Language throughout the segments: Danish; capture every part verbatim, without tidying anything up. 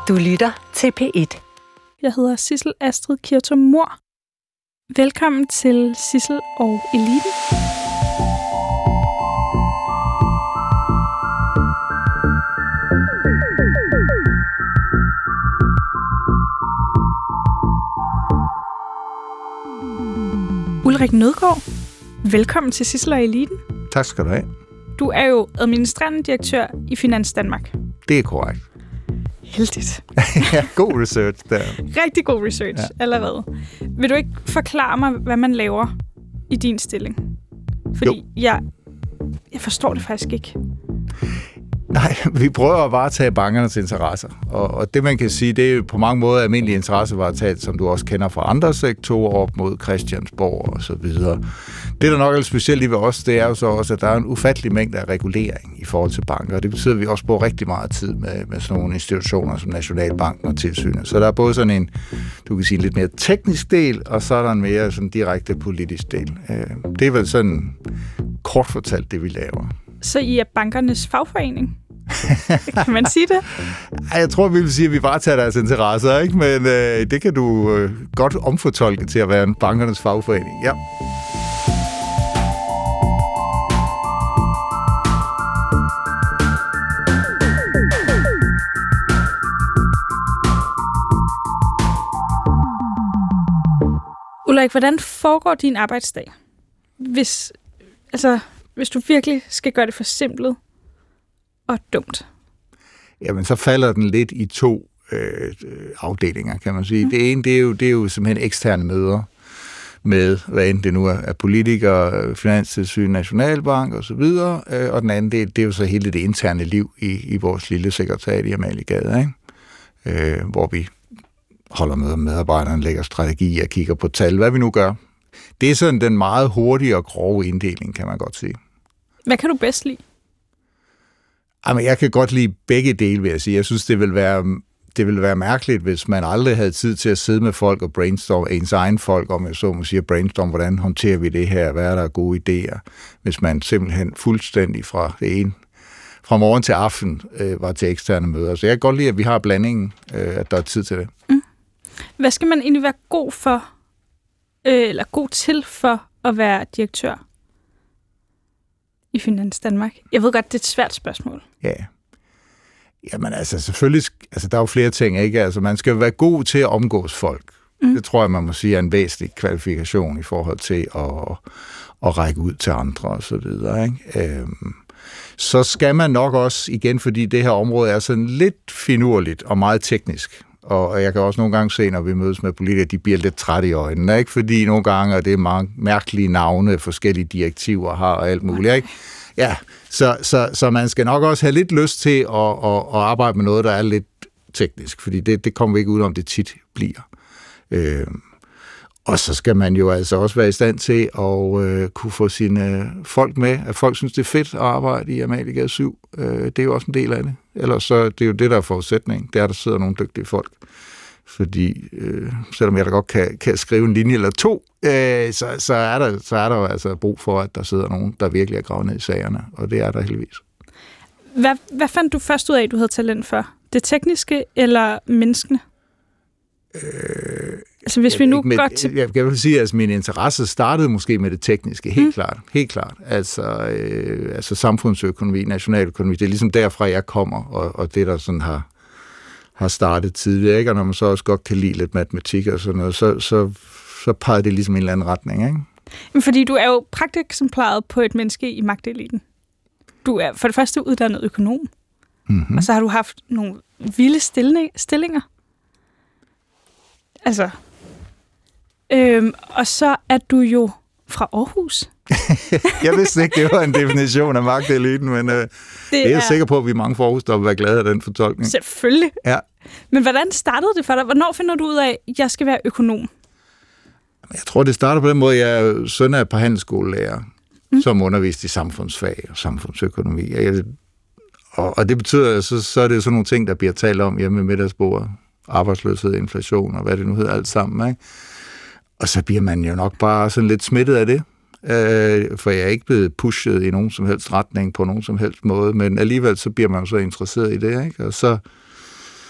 Du lytter til P et. Jeg hedder Sissel Astrid Kirtum Mor. Velkommen til Sissel og Eliten. Ulrik Nødgaard, velkommen til Sissel og Eliten. Tak skal du have. Du er jo administrerende direktør i Finans Danmark. Det er korrekt. Heldigt. Ja, god research der. Rigtig god research, ja. Allerede. Vil du ikke forklare mig, hvad man laver i din stilling? Fordi jeg, jeg forstår det faktisk ikke. Nej, vi prøver at varetage bankernes interesser. Og, og det, man kan sige, det er jo på mange måder almindelig interessevaretagelse, som du også kender fra andre sektorer op mod Christiansborg og så videre. Det, der nok er lidt specielt lige ved os, det er jo så også, at der er en ufattelig mængde af regulering i forhold til banker. Og det betyder, at vi også bruger rigtig meget tid med, med sådan nogle institutioner som Nationalbanken og tilsynet. Så der er både sådan en, du kan sige, en lidt mere teknisk del, og så er der en mere sådan direkte politisk del. Det er vel sådan kort fortalt, det vi laver. Så I er bankernes fagforening? Kan man sige det? Jeg tror, vi vil sige, at vi bare tager deres interesser, ikke? Men øh, det kan du øh, godt omfortolke til at være en bankernes fagforening. Ja. Ulrik, hvordan foregår din arbejdsdag? Hvis, altså, hvis du virkelig skal gøre det forsimplet og dumt. Jamen, så falder den lidt i to øh, afdelinger, kan man sige. Mm. Det ene, det er, jo, det er jo simpelthen eksterne møder med, hvad end det nu er, er politikere, Finanstilsyn, Nationalbank og så videre. Øh, og den anden, det, det er jo så hele det interne liv i, i vores lille sekretariat i Amaliegade, ikke? Øh, hvor vi holder med medarbejderne, lægger strategier, kigger på tal, hvad vi nu gør. Det er sådan den meget hurtige og grove inddeling, kan man godt sige. Hvad kan du bedst lide? Jamen, jeg kan godt lide begge dele, vil jeg sige. Jeg synes, det vil være, det vil være mærkeligt, hvis man aldrig havde tid til at sidde med folk og brainstorme, ens egen folk, om jeg så må sige, brainstorme, hvordan håndterer vi det her, hvad er der gode idéer, hvis man simpelthen fuldstændig fra det ene, fra morgen til aften, øh, var til eksterne møder. Så jeg kan godt lide, at vi har blandingen, øh, at der er tid til det. Mm. Hvad skal man egentlig være god for, øh, eller god til for at være direktør i Finans Danmark? Jeg ved godt, det er et svært spørgsmål. Ja. Jamen altså, selvfølgelig, altså der er jo flere ting, ikke? Altså man skal være god til at omgås folk. Mm. Det tror jeg, man må sige er en væsentlig kvalifikation i forhold til at, at række ud til andre og så videre, ikke? Øhm, så skal man nok også, igen fordi det her område er sådan lidt finurligt og meget teknisk, og jeg kan også nogle gange se, når vi mødes med politikere, de bliver lidt trætte i øjnene, ikke? Fordi nogle gange er det mange mærkelige navne, forskellige direktiver har og alt muligt, ikke? Ja, så, så, så man skal nok også have lidt lyst til at, at, at arbejde med noget, der er lidt teknisk, fordi det, det kommer vi ikke ud om, det tit bliver. Øh, og så skal man jo altså også være i stand til at øh, kunne få sine folk med, at folk synes, det er fedt at arbejde i Amaliegade syv. Øh, det er jo også en del af det. Ellers så det er jo det, der er forudsætning. Det er, der sidder nogle dygtige folk. Fordi øh, selvom jeg da godt kan, kan skrive en linje eller to, øh, så, så, er der, så er der jo altså brug for, at der sidder nogen, der virkelig er gravet ned i sagerne. Og det er der heldigvis. Hvad, hvad fandt du først ud af, at du havde talent for? Det tekniske eller menneskene? Øh, altså hvis vi nu med, godt til... Jeg kan vel sige, at altså, min interesse startede måske med det tekniske, helt mm. klart. Helt klart. Altså, øh, altså samfundsøkonomi, nationaløkonomi, det er ligesom derfra, jeg kommer, og, og det, der sådan har, har startet tidligere, ikke? Og når man så også godt kan lide lidt matematik og sådan noget, så, så, så peger det ligesom en eller anden retning, ikke? Men fordi du er jo pragteksemplaret på et menneske i magteliten. Du er for det første uddannet økonom, mm-hmm. og så har du haft nogle vilde stillinger. Altså, øhm, og så er du jo fra Aarhus. Jeg vidste ikke, det var en definition af magteliten, men øh, det, det er jeg er sikker på, at vi er mange fra Aarhus, der vil være glade af den fortolkning. Selvfølgelig. Ja. Men hvordan startede det for dig? Hvornår finder du ud af, at jeg skal være økonom? Jeg tror, det starter på den måde, jeg er søn af et par handelsskolelærer, mm. som underviste i samfundsfag og samfundsøkonomi. Og, og det betyder, at så, så er det sådan nogle ting, der bliver talt om hjemme med middagsbordet. Arbejdsløshed, inflation og hvad det nu hedder alt sammen, ikke? Og så bliver man jo nok bare sådan lidt smittet af det, øh, for jeg er ikke blevet pushet i nogen som helst retning på nogen som helst måde, men alligevel så bliver man jo så interesseret i det, ikke? Og så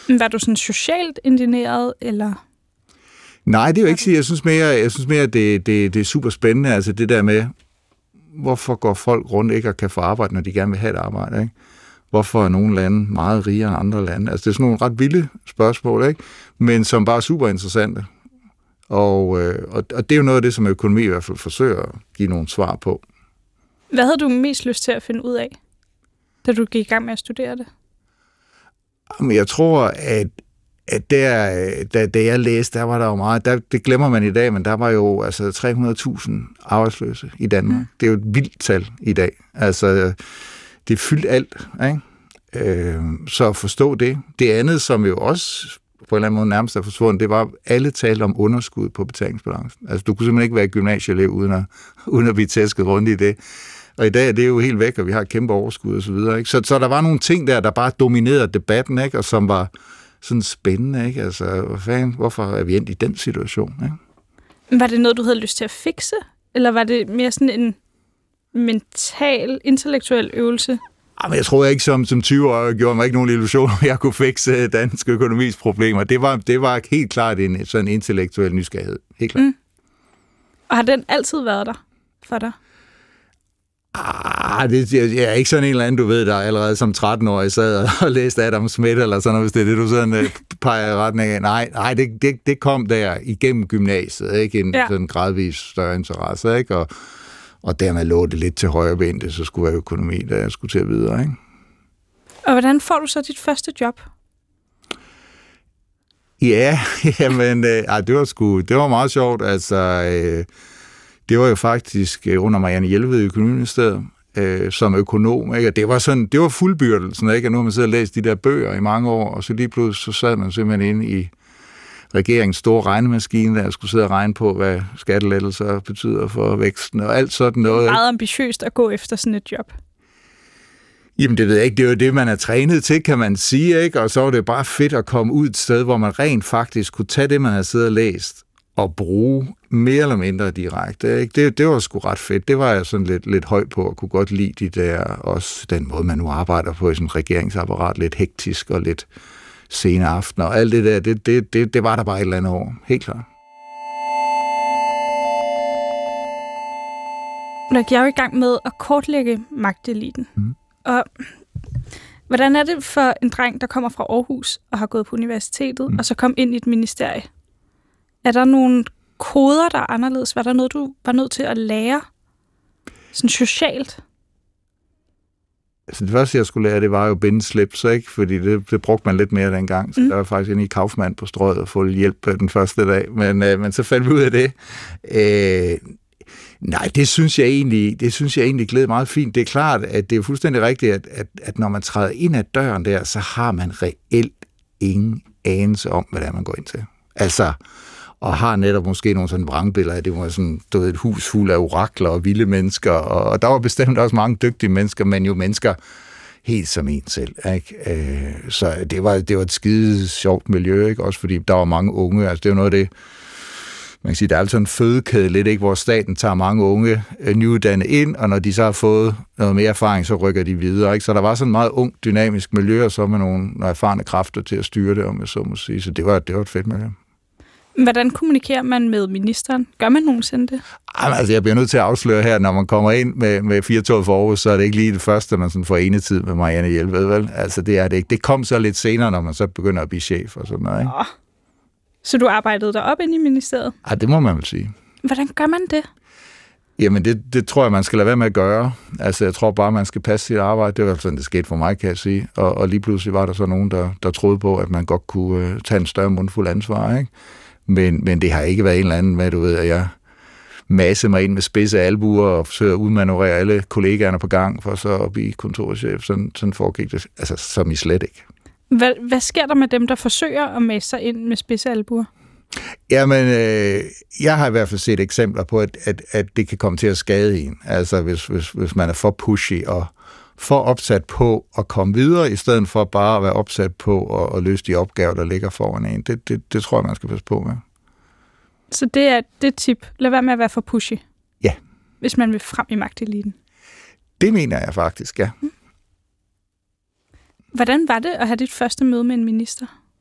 Men var du sådan socialt indigneret, eller? Nej, det er jo ikke sige. Jeg synes mere, jeg synes mere at det, det, det er super spændende, altså det der med, hvorfor går folk rundt ikke og kan få arbejde, når de gerne vil have et arbejde, ikke? Hvorfor er nogle lande meget rigere end andre lande? Altså det er sådan nogle ret vilde spørgsmål, ikke? Men som bare er super interessante. Og, øh, og, og det er jo noget af det, som økonomi i hvert fald forsøger at give nogle svar på. Hvad havde du mest lyst til at finde ud af, da du gik i gang med at studere det? Jamen, jeg tror, at, at der, da, da jeg læste, der var der jo meget, der, det glemmer man i dag, men der var jo altså tre hundrede tusind arbejdsløse i Danmark. Mm. Det er jo et vildt tal i dag. Altså, det er fyldt alt, ikke? Øh, så at forstå det. Det andet, som jo også på en eller anden måde nærmest er forsvundet, det var, alle talte om underskud på betalingsbalancen. Altså, du kunne simpelthen ikke være gymnasieelev uden at, uden at blive tæsket rundt i det. Og i dag er det jo helt væk, og vi har et kæmpe overskud og så videre, ikke? Så, så der var nogle ting der, der bare dominerede debatten, ikke? Og som var sådan spændende, ikke? Altså, hvad fanden, hvorfor er vi endt i den situation, ikke? Var det noget, du havde lyst til at fikse? Eller var det mere sådan en mental, intellektuel øvelse? Jamen, jeg tror ikke, som, som tyve-årig gjorde mig ikke nogen illusioner, at jeg kunne fikse dansk økonomis problemer. Det var, det var helt klart en sådan intellektuel nysgerrighed. Helt klart. Mm. Og har den altid været der for dig? Ah, det jeg, jeg er ikke sådan en eller anden, du ved, der allerede som tretten-årig sad og læste Adam Smith, eller sådan noget, hvis det er det, du sådan uh, peger i retning af. Nej, nej det, det, det kom der igennem gymnasiet, ikke? En ja. sådan gradvis større interesse, ikke? Og, og dermed lå det lidt til højre ben, det så skulle være økonomi, da jeg skulle til at videre, ikke? Og hvordan får du så dit første job? Ja, jamen, øh, det var sgu, det var meget sjovt, altså... Øh, Det var jo faktisk under Marianne Jelved i Økonomiministeriet øh, som økonom, ikke? Og det var sådan, det var fuldbyrdelsen, ikke? Og nu har man siddet og læst de der bøger i mange år, og så lige pludselig så sad man simpelthen inde i regeringens store regnemaskine, der skulle sidde og regne på, hvad skattelettelser betyder for væksten, og alt sådan noget. Det er meget ambitiøst at gå efter sådan et job. Jamen, det ved jeg ikke. Det er jo det, man er trænet til, kan man sige, ikke? Og så var det bare fedt at komme ud et sted, hvor man rent faktisk kunne tage det, man havde siddet og læst, og bruge mere eller mindre direkte. Ikke? Det, det var sgu ret fedt. Det var jeg sådan lidt, lidt høj på, og kunne godt lide de der, også den måde, man nu arbejder på i sådan et regeringsapparat, lidt hektisk og lidt sene aftener, og alt det der, det, det, det, det var der bare et eller andet over. Helt klart. Jeg er jo i gang med at kortlægge magteliten. Mm. Og hvordan er det for en dreng, der kommer fra Aarhus og har gået på universitetet, mm. og så kom ind i et ministerie? Er der nogle koder, der er anderledes? Var der noget, du var nødt til at lære? Sådan socialt? Altså det første, jeg skulle lære, det var jo bindeslips, ikke? Fordi det, det brugte man lidt mere dengang. Så mm. der var faktisk inde i Kaufmann på Strøget og få hjælp den første dag. Men, øh, men så fandt vi ud af det. Øh, nej, det synes jeg egentlig, det synes jeg egentlig glæder meget fint. Det er klart, at det er fuldstændig rigtigt, at, at, at når man træder ind ad døren der, så har man reelt ingen anelse om, hvad det er, man går ind til. Altså... og har netop måske nogle sådan vrangbilleder af, det var sådan, du ved, et hus fuld af orakler og vilde mennesker, og, og der var bestemt også mange dygtige mennesker, men jo mennesker helt som en selv, ikke? Øh, så det var, det var et skide sjovt miljø, ikke? Også fordi der var mange unge, altså det er jo noget af det, man kan sige, der er altid en fødekæde lidt, ikke? Hvor staten tager mange unge øh, nyuddannede ind, og når de så har fået noget mere erfaring, så rykker de videre, ikke? Så der var sådan et meget ung, dynamisk miljø, og så med nogle, nogle erfarne kræfter til at styre det, om jeg så må sige, så det var, det var et fedt miljø. Hvordan kommunikerer man med ministeren? Gør man nogensinde det? Jamen, altså, jeg bliver nødt til at afsløre her, når man kommer ind med, med fire-toget for Aarhus, så er det ikke lige det første, man sådan får enetid med Marianne Jelved, vel? Altså, det er det ikke. Det kom så lidt senere, når man så begynder at blive chef og sådan noget, ikke? Oh. Så du arbejdede der op inde i ministeriet? Ja, det må man vel sige. Hvordan gør man det? Jamen, det, det tror jeg, man skal lade være med at gøre. Altså, jeg tror bare, man skal passe sit arbejde. Det var sådan, det skete for mig, kan jeg sige. Og, og lige pludselig var der så nogen, der, der troede på, at man godt kunne uh, tage en større mundfuld ansvar, ikke? Men, men det har ikke været en eller anden med, du ved, at jeg masse mig ind med spidse albuer og forsøger at udmanøvrere alle kollegaerne på gang for så at blive kontorchef. Sådan, sådan foregik det, altså som i slet ikke. Hvad, hvad sker der med dem, der forsøger at masse sig ind med spidse albuer? Jamen, øh, jeg har i hvert fald set eksempler på, at, at, at det kan komme til at skade en. Altså, hvis, hvis, hvis man er for pushy og for opsat på at komme videre, i stedet for bare at være opsat på at, at løse de opgaver, der ligger foran en. Det, det, det tror jeg, man skal passe på med. Så det er det tip. Lad være med at være for pushy. Ja. Hvis man vil frem i magteliten. Det mener jeg faktisk, ja. Hvordan var det at have dit første møde med en minister?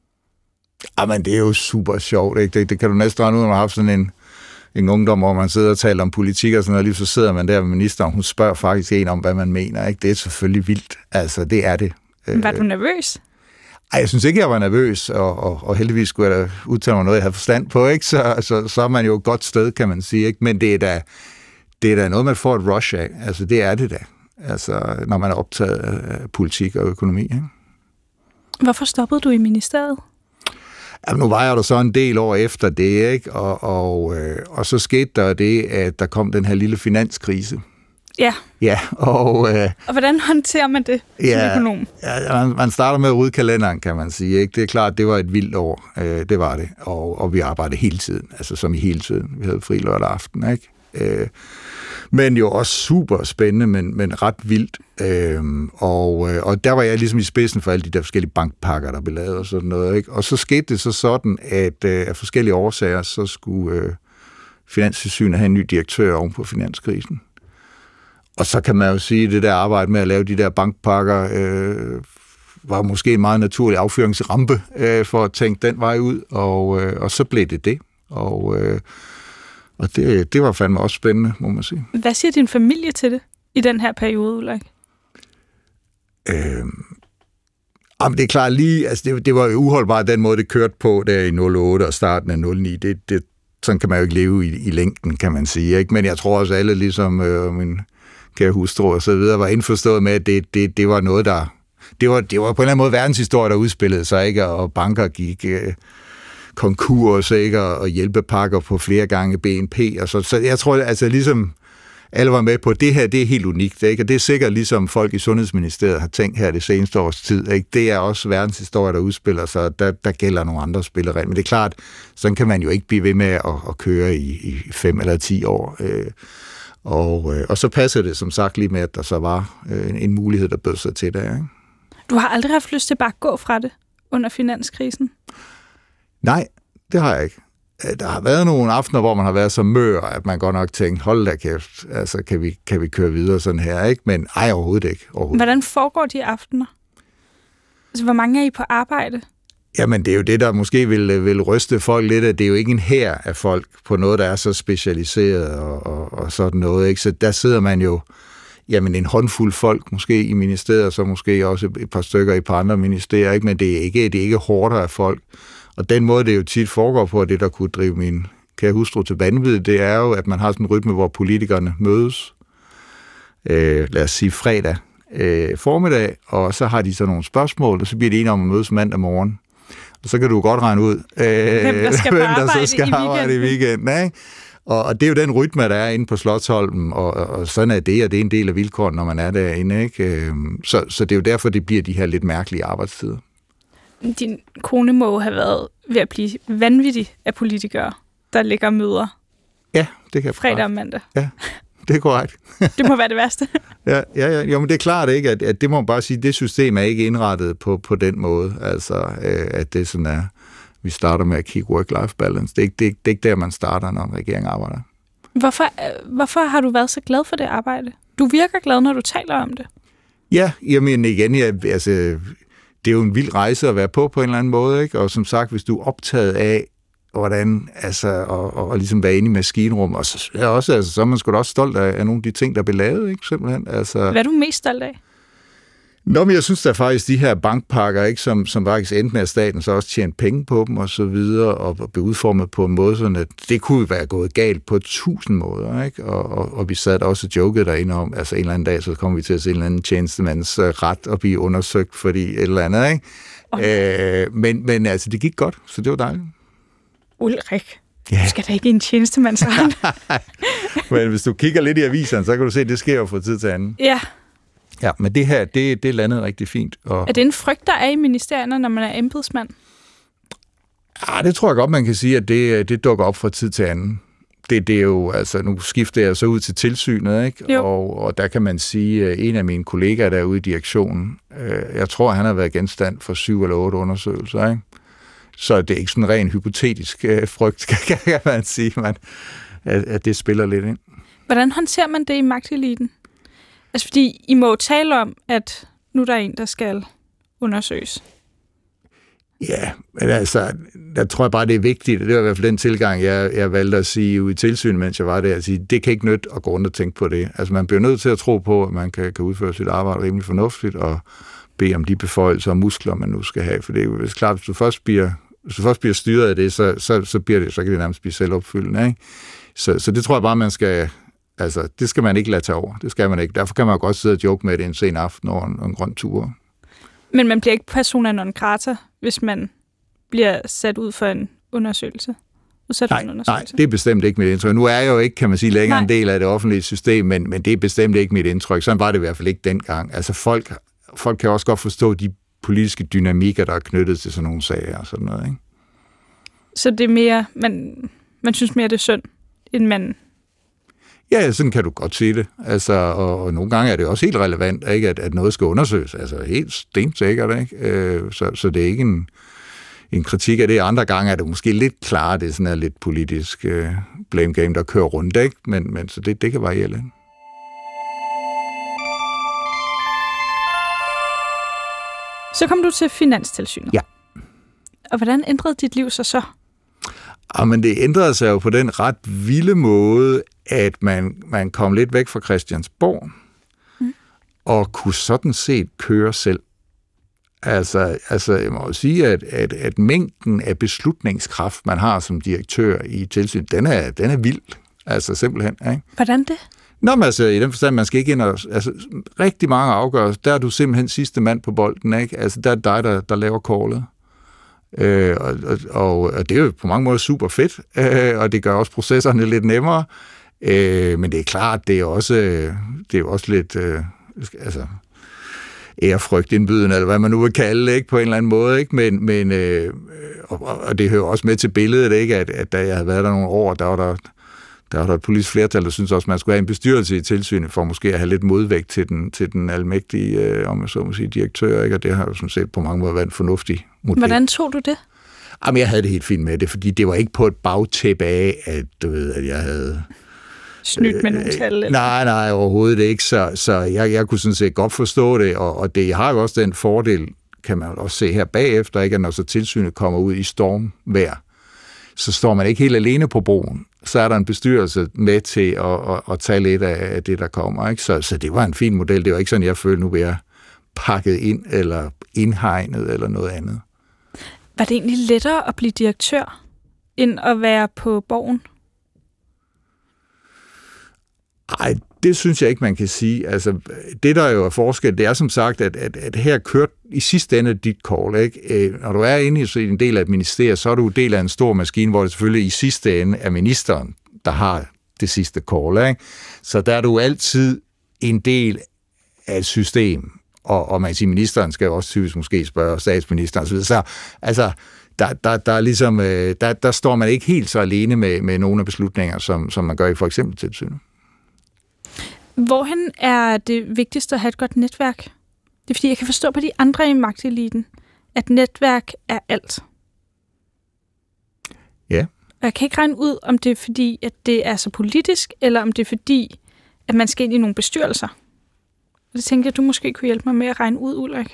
Jamen, det er jo super sjovt, ikke? Det, det kan du næsten regne ud, når man har haft sådan en, en ungdom, hvor man sidder og taler om politik og sådan noget, lige så sidder man der med ministeren, hun spørger faktisk en om, hvad man mener, ikke? Det er selvfølgelig vildt. Altså, det er det. Var du nervøs? Ej, jeg synes ikke, jeg var nervøs, og, og, og heldigvis skulle jeg da udtale mig noget, jeg havde forstand på, ikke? Så, så, så er man jo et godt sted, kan man sige, ikke? Men det er da, det er da noget, man får et rush af. Altså, det er det da. Altså, når man er optaget af politik og økonomi, ikke? Hvorfor stoppede du i ministeriet? Jamen, nu var jeg der så en del år efter det, ikke? Og, og, øh, og så skete der det, at der kom den her lille finanskrise. Ja. Ja, og... Øh, og hvordan håndterer man det ja, som økonom? Ja, man, man starter med at rydde kalenderen, kan man sige, ikke? Det er klart, det var et vildt år. Øh, det var det. Og, og vi arbejdede hele tiden, altså som i hele tiden. Vi havde fri lørdag aften, ikke? Øh, men jo også super spændende, men, men ret vildt. Øh, og, og der var jeg ligesom i spidsen for alle de der forskellige bankpakker, der blev lavet og sådan noget, ikke? Og så skete det så sådan, at øh, af forskellige årsager, så skulle øh, Finanstilsynet have en ny direktør oven på finanskrisen. Og så kan man jo sige, at det der arbejde med at lave de der bankpakker øh, var måske en meget naturlig affyringsrampe øh, for at tænke den vej ud, og, øh, og så blev det det. Og, øh, og det, det var fandme også spændende, må man sige. Hvad siger din familie til det i den her periode, Ulrik? Øh, jamen det er klart lige, altså det, det var jo uholdbart den måde, det kørte på der i nul otte og starten af nul ni. Det, det, sådan kan man jo ikke leve i, i længden, kan man sige, ikke? Men jeg tror også alle, ligesom øh, min kære hustru og så videre, var indforstået med, at det, det, det var noget, der... Det var, det var på en eller anden måde verdenshistorie, der udspillede sig, ikke? Og banker gik øh, konkurs, ikke? Og hjælpepakker på flere gange B N P. Og så, så jeg tror, altså ligesom alle var med på, at det her, det er helt unikt, ikke? Og det er sikkert ligesom folk i Sundhedsministeriet har tænkt her det seneste års tid, ikke? Det er også verdenshistorie, der udspiller sig, der, der gælder nogle andre spilleregler. Men det er klart, sådan kan man jo ikke blive ved med at, at køre i, i fem eller ti år. Øh, Og, øh, og så passede det som sagt lige med, at der så var øh, en, en mulighed, der bød sig til der. Ikke? Du har aldrig haft lyst til bare at gå fra det under finanskrisen? Nej, det har jeg ikke. Der har været nogle aftener, hvor man har været så mør, at man godt nok tænkt, hold da kæft, altså kan vi, kan vi køre videre sådan her, ikke? Men ej, overhovedet ikke. Overhovedet. Hvordan foregår de aftener? Altså, hvor mange er I på arbejde? Jamen, det er jo det, der måske vil, vil ryste folk lidt, at det er jo ikke en hær af folk på noget, der er så specialiseret og, og, og sådan noget, ikke? Så der sidder man jo, jamen en håndfuld folk måske i ministeriet, og så måske også et par stykker i et par andre ministerier, ikke? Men det er ikke, det er ikke hårdt af folk. Og den måde, det jo tit foregår på, det der kunne drive min kære hustru til vanvid, det er jo, at man har sådan en rytme, hvor politikerne mødes, øh, lad os sige fredag øh, formiddag, og så har de så nogle spørgsmål, og så bliver de enige om at mødes mandag morgen. Og så kan du godt regne ud, øh, hvem der skal, hvem der der så skal i arbejde i weekenden. Ikke? Og, og det er jo den rytme, der er inde på Slotsholmen, og, og sådan er det, og det er en del af vilkårene, når man er derinde. Ikke? Så, så det er jo derfor, det bliver de her lidt mærkelige arbejdstider. Din kone må have været ved at blive vanvittig af politikere, der ligger møder. Ja, det kan jeg fredag og mandag. Ja, det er korrekt. Det må være det værste. ja, ja, ja, jo, men det er klart ikke, at, at det må man bare sige, det system er ikke indrettet på, på den måde, altså øh, at det sådan er, vi starter med at kigge work-life balance. Det er, ikke, det, er, det er ikke der, man starter, når en regering arbejder. Hvorfor, hvorfor har du været så glad for det arbejde? Du virker glad, når du taler om det. Ja, jamen igen, jeg, altså, det er jo en vild rejse at være på på en eller anden måde, ikke? Og som sagt, hvis du er optaget af, hvordan, altså, og, og, og ligesom være inde i maskinrum, og så, ja, også, altså, så er man sgu da også stolt af, af nogle af de ting, der bliver lavet, ikke, simpelthen. Altså, hvad er du mest stolt af? Nå, men jeg synes da faktisk, de her bankpakker, ikke, som, som faktisk endte med, at staten så også tjente penge på dem, og så videre, og blev udformet på en måde, sådan at det kunne være gået galt på tusind måder, ikke, og, og, og vi sad også og jokede derinde om, altså en eller anden dag, så kommer vi til at se en eller anden tjenestemands ret at blive undersøgt, fordi et eller andet, ikke? Okay. Øh, men, men altså, det gik godt, så det var dejligt. Ulrik, ja. Du skal da ikke i en tjenestemandsret. Men hvis du kigger lidt i aviserne, så kan du se, at det sker jo fra tid til anden. Ja. Ja, men det her, det, det landede rigtig fint. Og er det en frygt, der er i ministerierne, når man er embedsmand? Ja, det tror jeg godt, man kan sige, at det, det dukker op fra tid til anden. Det, det er jo, altså, nu skifter jeg så ud til tilsynet, ikke? Og, og der kan man sige, at en af mine kollegaer derude i direktionen, øh, jeg tror, han har været genstand for syv eller otte undersøgelser, ikke? Så det er ikke sådan en ren hypotetisk øh, frygt, kan, kan man sige, man, at, at det spiller lidt ind. Hvordan håndterer man det i magteliten? Altså, fordi I må tale om, at nu der er en, der skal undersøges. Ja, men altså, der tror jeg bare, det er vigtigt, og det var i hvert fald den tilgang, jeg, jeg valgte at sige ude i tilsyn, mens jeg var der, at sige, det kan ikke nytte at gå rundt og tænke på det. Altså, man bliver nødt til at tro på, at man kan, kan udføre sit arbejde rimelig fornuftigt, og bede om de beføjelser og muskler, man nu skal have, for det er jo klart, hvis du først bliver, hvis du først bliver styret af det, så, så, så, bliver det, så kan det nærmest blive selvopfyldende, ikke? Så, så det tror jeg bare, man skal, altså, det skal man ikke lade tage over, det skal man ikke. Derfor kan man godt sidde og joke med det en sen aften over en, en grøn tur. Men man bliver ikke persona non grata, hvis man bliver sat ud for en undersøgelse? Udsat nej, for en undersøgelse? Nej, det er bestemt ikke mit indtryk. Nu er jeg jo ikke, kan man sige, længere nej. en del af det offentlige system, men, men det er bestemt ikke mit indtryk. Sådan var det i hvert fald ikke dengang. Altså folk, folk kan også godt forstå de politiske dynamikker, der er knyttet til sådan nogle sager og sådan noget, ikke? Så det er mere, man, man synes mere, det er synd, end man... Ja, sådan kan du godt sige det. Altså, og, og nogle gange er det også helt relevant, ikke, at, at noget skal undersøges. Altså helt stensikkert, ikke? Øh, så, så det er ikke en, en kritik af det. Andre gange er det måske lidt klart, det er sådan er lidt politisk øh, blame game, der kører rundt, ikke? Men, men så det, det kan variere lidt. Så kom du til Finanstilsynet. Ja. Og hvordan ændrede dit liv sig så? Jamen, det ændrede sig jo på den ret vilde måde, at man, man kom lidt væk fra Christiansborg, mm. og kunne sådan set køre selv. Altså, altså jeg må jo sige, at, at, at mængden af beslutningskraft, man har som direktør i tilsyn, den er, den er vild. Altså simpelthen. Ikke? Hvordan det? Nå, men altså, i den forstand, man skal ikke ind og... Altså, rigtig mange afgørelser, der er du simpelthen sidste mand på bolden, ikke? Altså, der er dig, der, der laver callet. Øh, og, og, og det er jo på mange måder super fedt, øh, og det gør også processerne lidt nemmere. Øh, men det er klart, det er også, det er jo også lidt... Øh, altså... ærefrygt indbydende, eller hvad man nu vil kalde det, ikke, på en eller anden måde, ikke? Men, men øh, og, og det hører også med til billedet, ikke? At, at da jeg havde været der nogle år, der var der, der var der et politisk flertal, der synes også, man skulle have en bestyrelse i tilsynet, for måske at have lidt modvægt til den, til den almægtige, øh, om jeg så må sige, direktør, ikke? Og det har jo sådan set på mange måder været en fornuftig model. Hvordan tog du det? Jamen, jeg havde det helt fint med det, fordi det var ikke på et bagtæppe af, at, du ved, at jeg havde... Snydt med nogle tal? Eller? Nej, nej, overhovedet ikke. Så, så jeg, jeg kunne sådan set godt forstå det, og, og det har jo også den fordel, kan man også se her bagefter, ikke? At når så tilsynet kommer ud i stormvejr, så står man ikke helt alene på broen. Så er der en bestyrelse med til at, at, at tage lidt af det, der kommer. Ikke? Så, så det var en fin model. Det var ikke sådan, jeg følte, nu var jeg pakket ind, eller indhegnet, eller noget andet. Var det egentlig lettere at blive direktør, end at være på borgen? Ej, det synes jeg ikke, man kan sige. Altså, det, der jo er forskel, det er som sagt, at, at, at her kørt i sidste ende dit call, ikke? Når du er inde i en del af et ministerium, så er du en del af en stor maskine, hvor det selvfølgelig i sidste ende er ministeren, der har det sidste call, ikke? Så der er du altid en del af et system, og, og man kan sige, ministeren skal jo også typisk måske spørge statsministeren, så, så altså, der, der, der, er ligesom, der, der står man ikke helt så alene med, med nogle af beslutninger, som, som man gør i for eksempel tilsynet. Hvorhen er det vigtigste at have et godt netværk? Det er fordi, jeg kan forstå på de andre i magteliten, at netværk er alt. Ja. Og jeg kan ikke regne ud, om det er fordi, at det er så politisk, eller om det er fordi, at man skal ind i nogle bestyrelser. Og det tænker jeg, at du måske kunne hjælpe mig med at regne ud, Ulrik.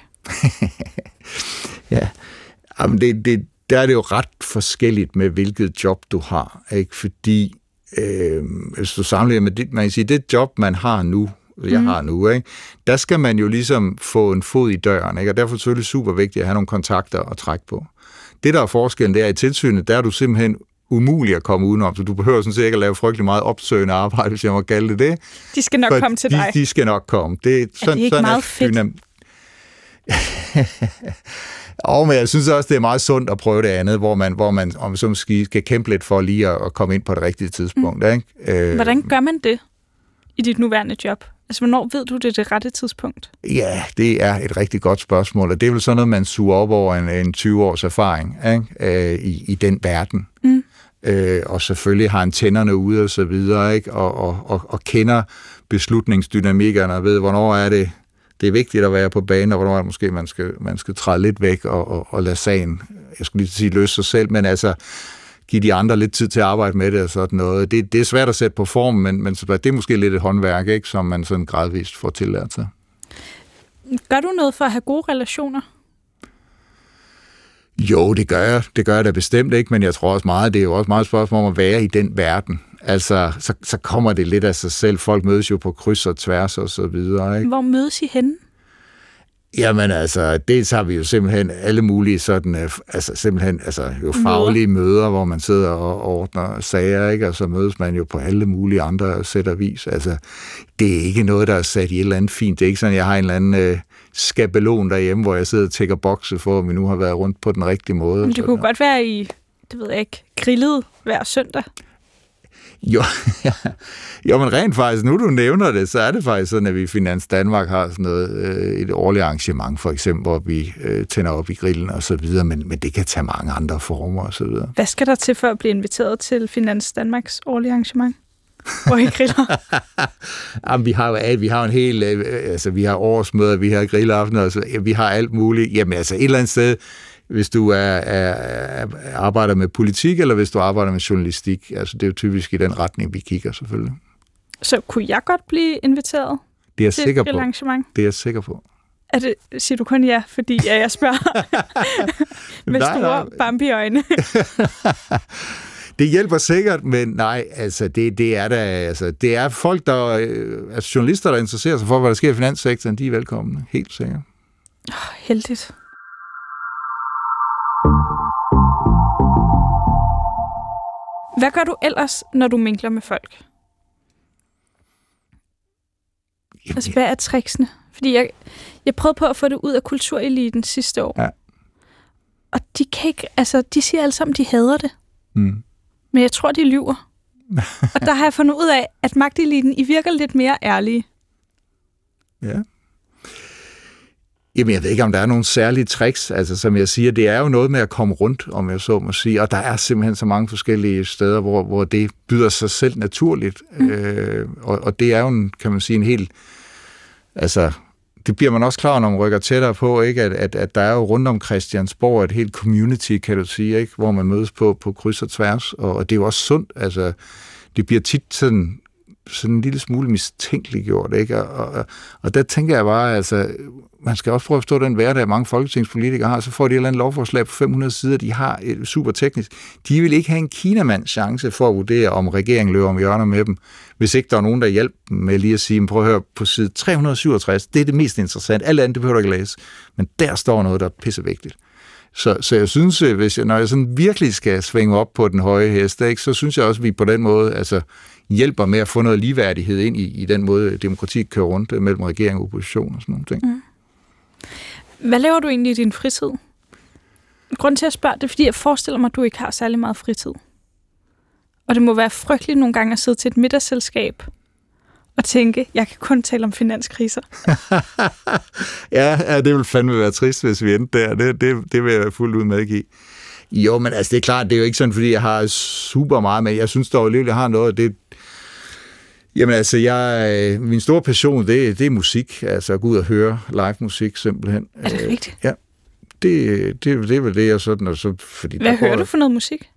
Ja, jamen det, det, der er det jo ret forskelligt med, hvilket job du har, ikke? Fordi Øh, hvis du sammenligner med det, man kan sige, det job, man har nu, jeg mm. har nu, ikke? Der skal man jo ligesom få en fod i døren, ikke? Og derfor er det selvfølgelig super vigtigt at have nogle kontakter at trække på. Det, der er forskellen, det er i tilsynet, der er du simpelthen umulig at komme udenom, så du behøver sådan set ikke at lave frygtelig meget opsøgende arbejde, hvis jeg må kalde det det. De skal nok komme til de, dig. De skal nok komme. Det, er, sådan, er det ikke sådan meget er fedt? Dynam- Og men jeg synes også, det er meget sundt at prøve det andet, hvor man, hvor man om så måske skal kæmpe lidt for lige at komme ind på det rigtige tidspunkt. Mm. Ikke? Hvordan gør man det i dit nuværende job? Altså, hvornår ved du, det er det rette tidspunkt? Ja, det er et rigtig godt spørgsmål, og det er vel sådan noget, man suger op over en, en tyve års erfaring, ikke? Øh, i, i den verden. Mm. Øh, og selvfølgelig har antennerne ude og så videre, ikke? Og, og, og, og kender beslutningsdynamikkerne og ved, hvornår er det, det er vigtigt at være på banen, og hvornår er det måske, man skal, man skal træde lidt væk og, og, og lade sagen, jeg skulle lige sige, løse sig selv, men altså give de andre lidt tid til at arbejde med det og sådan noget. Det, det er svært at sætte på form, men, men det er måske lidt et håndværk, ikke, som man sådan gradvist får tillært sig. Gør du noget for at have gode relationer? Jo, det gør jeg. Det gør jeg da bestemt ikke, men jeg tror også meget, det er jo også meget spørgsmål om at være i den verden. Altså, så, så kommer det lidt af sig selv. Folk mødes jo på kryds og tværs og så videre, ikke? Hvor mødes I henne? Jamen altså, dels har vi jo simpelthen alle mulige sådan, altså simpelthen, altså jo faglige møder, møder hvor man sidder og ordner sager, ikke? Og så mødes man jo på alle mulige andre sæt og vis. Altså, det er ikke noget, der er sat i et eller andet fint. Det er ikke sådan, jeg har en eller anden øh, skabelon derhjemme, hvor jeg sidder og tækker bokse for, om vi nu har været rundt på den rigtige måde. Men det kunne godt være i, det ved jeg ikke, grillet hver søndag. Jo, ja. jo, men rent faktisk, nu du nævner det, så er det faktisk sådan, at vi i Finans Danmark har sådan noget, øh, et årligt arrangement, for eksempel, hvor vi øh, tænder op i grillen og så videre, men, men det kan tage mange andre former og så videre. Hvad skal der til for at blive inviteret til Finans Danmarks årlige arrangement? Hvor I griller? Jamen, vi har jo alt, vi har en hel, øh, altså vi har årsmøder, vi har grillaftener, altså, ja, vi har alt muligt. Jamen altså et eller andet sted, hvis du er, er, er, arbejder med politik, eller hvis du arbejder med journalistik. Altså, det er jo typisk i den retning, vi kigger, selvfølgelig. Så kunne jeg godt blive inviteret det er til sikker et arrangement? Det er jeg sikker på. Er det, siger du kun ja, fordi ja, jeg spørger med nej, store nej. Bambi-øjne? Det hjælper sikkert, men nej, altså, det, det er der, altså, det er folk, der, altså journalister, der interesserer sig for, hvad der sker i finanssektoren, de er velkomne, helt sikkert. Oh, heldigt. Hvad gør du ellers, når du minkler med folk? Jamen, altså, hvad er tricksene? Fordi jeg, jeg prøvede på at få det ud af kultureliten sidste år. Ja. Og de kan ikke, altså, de siger alle sammen, de hader det. Mm. Men jeg tror, de lyver. Og der har jeg fundet ud af, at magteliten, I virker lidt mere ærlige. Ja. Jamen, jeg ved ikke, om der er nogle særlige tricks. Altså, som jeg siger, det er jo noget med at komme rundt, om jeg så må sige. Og der er simpelthen så mange forskellige steder, hvor, hvor det byder sig selv naturligt. Mm. Øh, og, og det er jo, en, kan man sige, en helt... Altså, det bliver man også klar, når man rykker tættere på, ikke? At, at, at der er jo rundt om Christiansborg et helt community, kan du sige, ikke? Hvor man mødes på, på kryds og tværs. Og, og det er jo også sundt. Altså, det bliver tit sådan... sådan en lille smule mistænkeliggjort, ikke? Og, og, og der tænker jeg bare, altså, man skal også prøve at forstå den hverdag, mange folketingspolitikere har, så får de et eller andet lovforslag på fem hundrede sider, de har et super teknisk. De vil ikke have en kinamands chance for at vurdere, om regeringen løber om hjørner med dem, hvis ikke der er nogen, der hjælper dem med lige at sige, prøv at høre på side tre hundrede og syvogtres, det er det mest interessante, alt andet, det behøver du ikke læse, men der står noget, der er pissevigtigt. Så, så jeg synes, hvis jeg, når jeg sådan virkelig skal svinge op på den høje hest, ikke, så synes jeg også, at vi på den måde altså, hjælper med at få noget ligeværdighed ind i, i den måde, demokrati kører rundt mellem regering og opposition og sådan nogle ting. Mm. Hvad laver du egentlig i din fritid? Grunden til at spørge, det er, fordi jeg forestiller mig, at du ikke har særlig meget fritid. Og det må være frygteligt nogle gange at sidde til et middagsselskab og tænke, jeg kan kun tale om finanskriser. ja, ja, det vil fandme være trist, hvis vi endte der. Det, det, det vil jeg fuldt ud medgive. Jo, men altså, det er klart, det er jo ikke sådan, fordi jeg har super meget med. Jeg synes dog alligevel, jeg har noget, det jamen altså, jeg, min store passion, det, det er musik. Altså at gå ud og høre live musik, simpelthen. Er det rigtigt? Ja, det, det, det er vel det, jeg sådan, og så... Fordi hvad hører du for noget musik?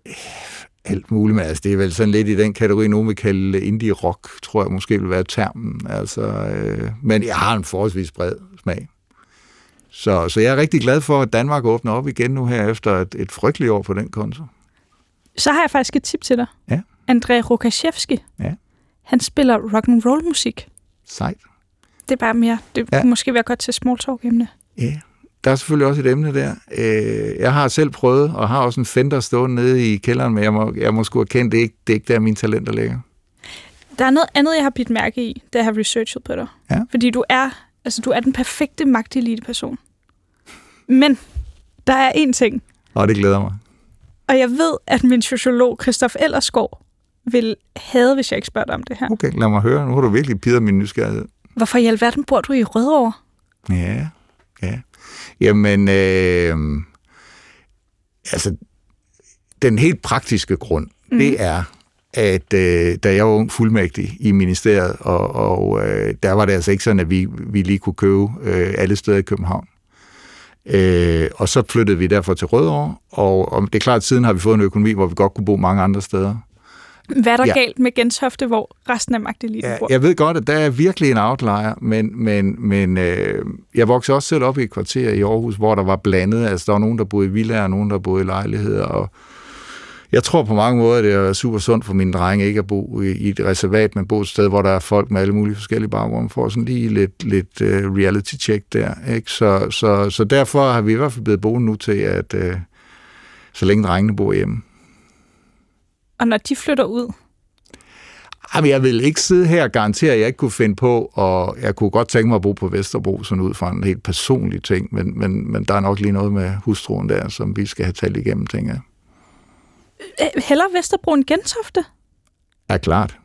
Alt muligt, men altså, det er vel sådan lidt i den kategori, nogen vil kalde indie-rock, tror jeg måske vil være termen. Altså, øh, men jeg har en forholdsvis bred smag. Så, så jeg er rigtig glad for, at Danmark åbner op igen nu her, efter et, et frygteligt år på den konto. Så har jeg faktisk et tip til dig. Ja. André Rokashevski. Ja. Han spiller rock and roll musik. Sejt. Det er bare mere, det ja. kunne måske være godt til small talk-emne. Ja, der er selvfølgelig også et emne der. Jeg har selv prøvet, og har også en Fender stående nede i kælderen, men jeg må, jeg må sgu erkende, det er ikke, det er ikke der, mine talenter ligger. Der er noget andet, jeg har bidt mærke i, da jeg har researchet på dig. Ja. Fordi du er, altså, du er den perfekte magtelite person. Men der er én ting. Og det glæder mig. Og jeg ved, at min sociolog, Christoph Ellersgaard, vil hade, hvis jeg ikke spørger dig om det her. Okay, lad mig høre. Nu har du virkelig pirret min nysgerrighed. Hvorfor i alverden bor du i Rødovre? Ja, ja. Jamen, øh, altså, den helt praktiske grund, mm. det er, at øh, da jeg var ung fuldmægtig i ministeriet, og, og øh, der var det altså ikke sådan, at vi, vi lige kunne købe øh, alle steder i København. Øh, og så flyttede vi derfor til Rødovre, og, og det er klart, at siden har vi fået en økonomi, hvor vi godt kunne bo mange andre steder. Hvad er der ja. galt med Gentofte, hvor resten af magteliten ja, bor? Jeg ved godt, at der er virkelig en outlier, men, men, men øh, jeg voksede også selv op i et kvarter i Aarhus, hvor der var blandet. Altså, der var nogen, der boede i villaer, og nogen, der boede i lejligheder, og jeg tror på mange måder, det er super sundt for mine drenge ikke at bo i, i et reservat, men bo et sted, hvor der er folk med alle mulige forskellige baggrunde, for sådan lige lidt, lidt uh, reality-check der. Ikke? Så, så, så derfor har vi i hvert fald blevet boende nu til, at uh, så længe drengene bor hjemme. Og når de flytter ud? Jamen, jeg vil ikke sidde her og garantere, at jeg ikke kunne finde på, og jeg kunne godt tænke mig at bo på Vesterbro, sådan ud fra en helt personlig ting, men, men, men der er nok lige noget med hustruen der, som vi skal have talt igennem, tænker jeg. Heller Vesterbro end Gentofte? Ja, klart.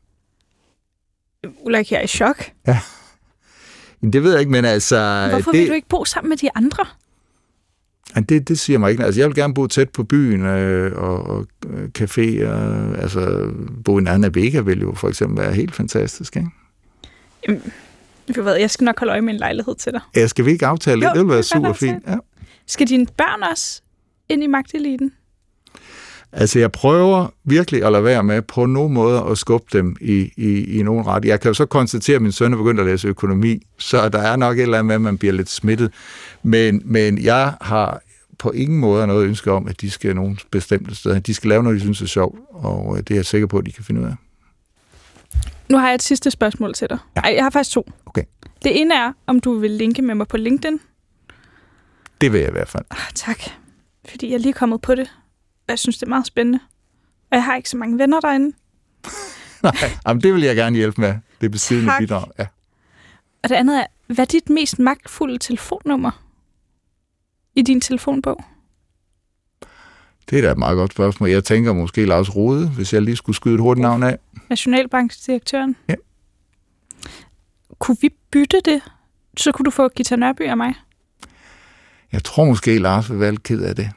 Ulrik, jeg er i chok. Ja. Det ved jeg ikke, men altså... Hvorfor det, vil du ikke bo sammen med de andre? Det, det siger mig ikke. Altså, jeg vil gerne bo tæt på byen øh, og, og café. Og, altså, bo i nærheden af Vega vil jo for eksempel være helt fantastisk, ikke? Jamen, jeg skal nok holde øje med en lejlighed til dig. Ja, skal vi ikke aftale det? Jo, det vil være super fint. Ja. Skal dine børn også ind i magteliten? Altså, jeg prøver virkelig at lade være med på nogen måde at skubbe dem i, i, i nogen ret. Jeg kan jo så konstatere, at min søn er begyndt at læse økonomi, så der er nok et eller andet med, at man bliver lidt smittet. Men, men jeg har på ingen måde noget ønske om, at de skal nogle bestemte steder. De skal lave noget, de synes er sjovt, og det er jeg sikker på, at de kan finde ud af. Nu har jeg et sidste spørgsmål til dig. Ja. Ej, jeg har faktisk to. Okay. Det ene er, om du vil linke med mig på LinkedIn. Det vil jeg i hvert fald. Oh, tak, fordi jeg er lige kommet på det. Jeg synes, det er meget spændende. Og jeg har ikke så mange venner derinde. Nej, jamen det vil jeg gerne hjælpe med. Det er besiddende bidrag. Ja. Og det andet er, hvad er dit mest magtfulde telefonnummer i din telefonbog? Det er da et meget godt spørgsmål. Jeg tænker måske Lars Rode, hvis jeg lige skulle skyde et hurtigt navn af. Nationalbankdirektøren? Ja. Kunne vi bytte det? Så kunne du få Gita Nørby af mig. Jeg tror måske, Lars vil være ked af det.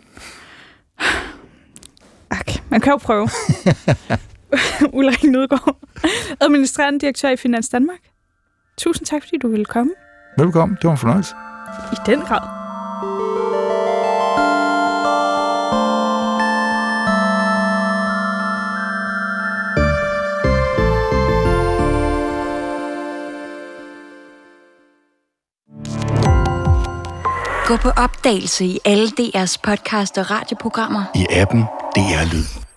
Okay, man kan jo prøve. Ulrik Nødgaard, administrerende direktør i Finans Danmark. Tusind tak, fordi du ville komme. Velkommen, det var en fornøjelse. I den grad. Gå på opdagelse i alle D R's podcast og radioprogrammer. I appen D R Lyd.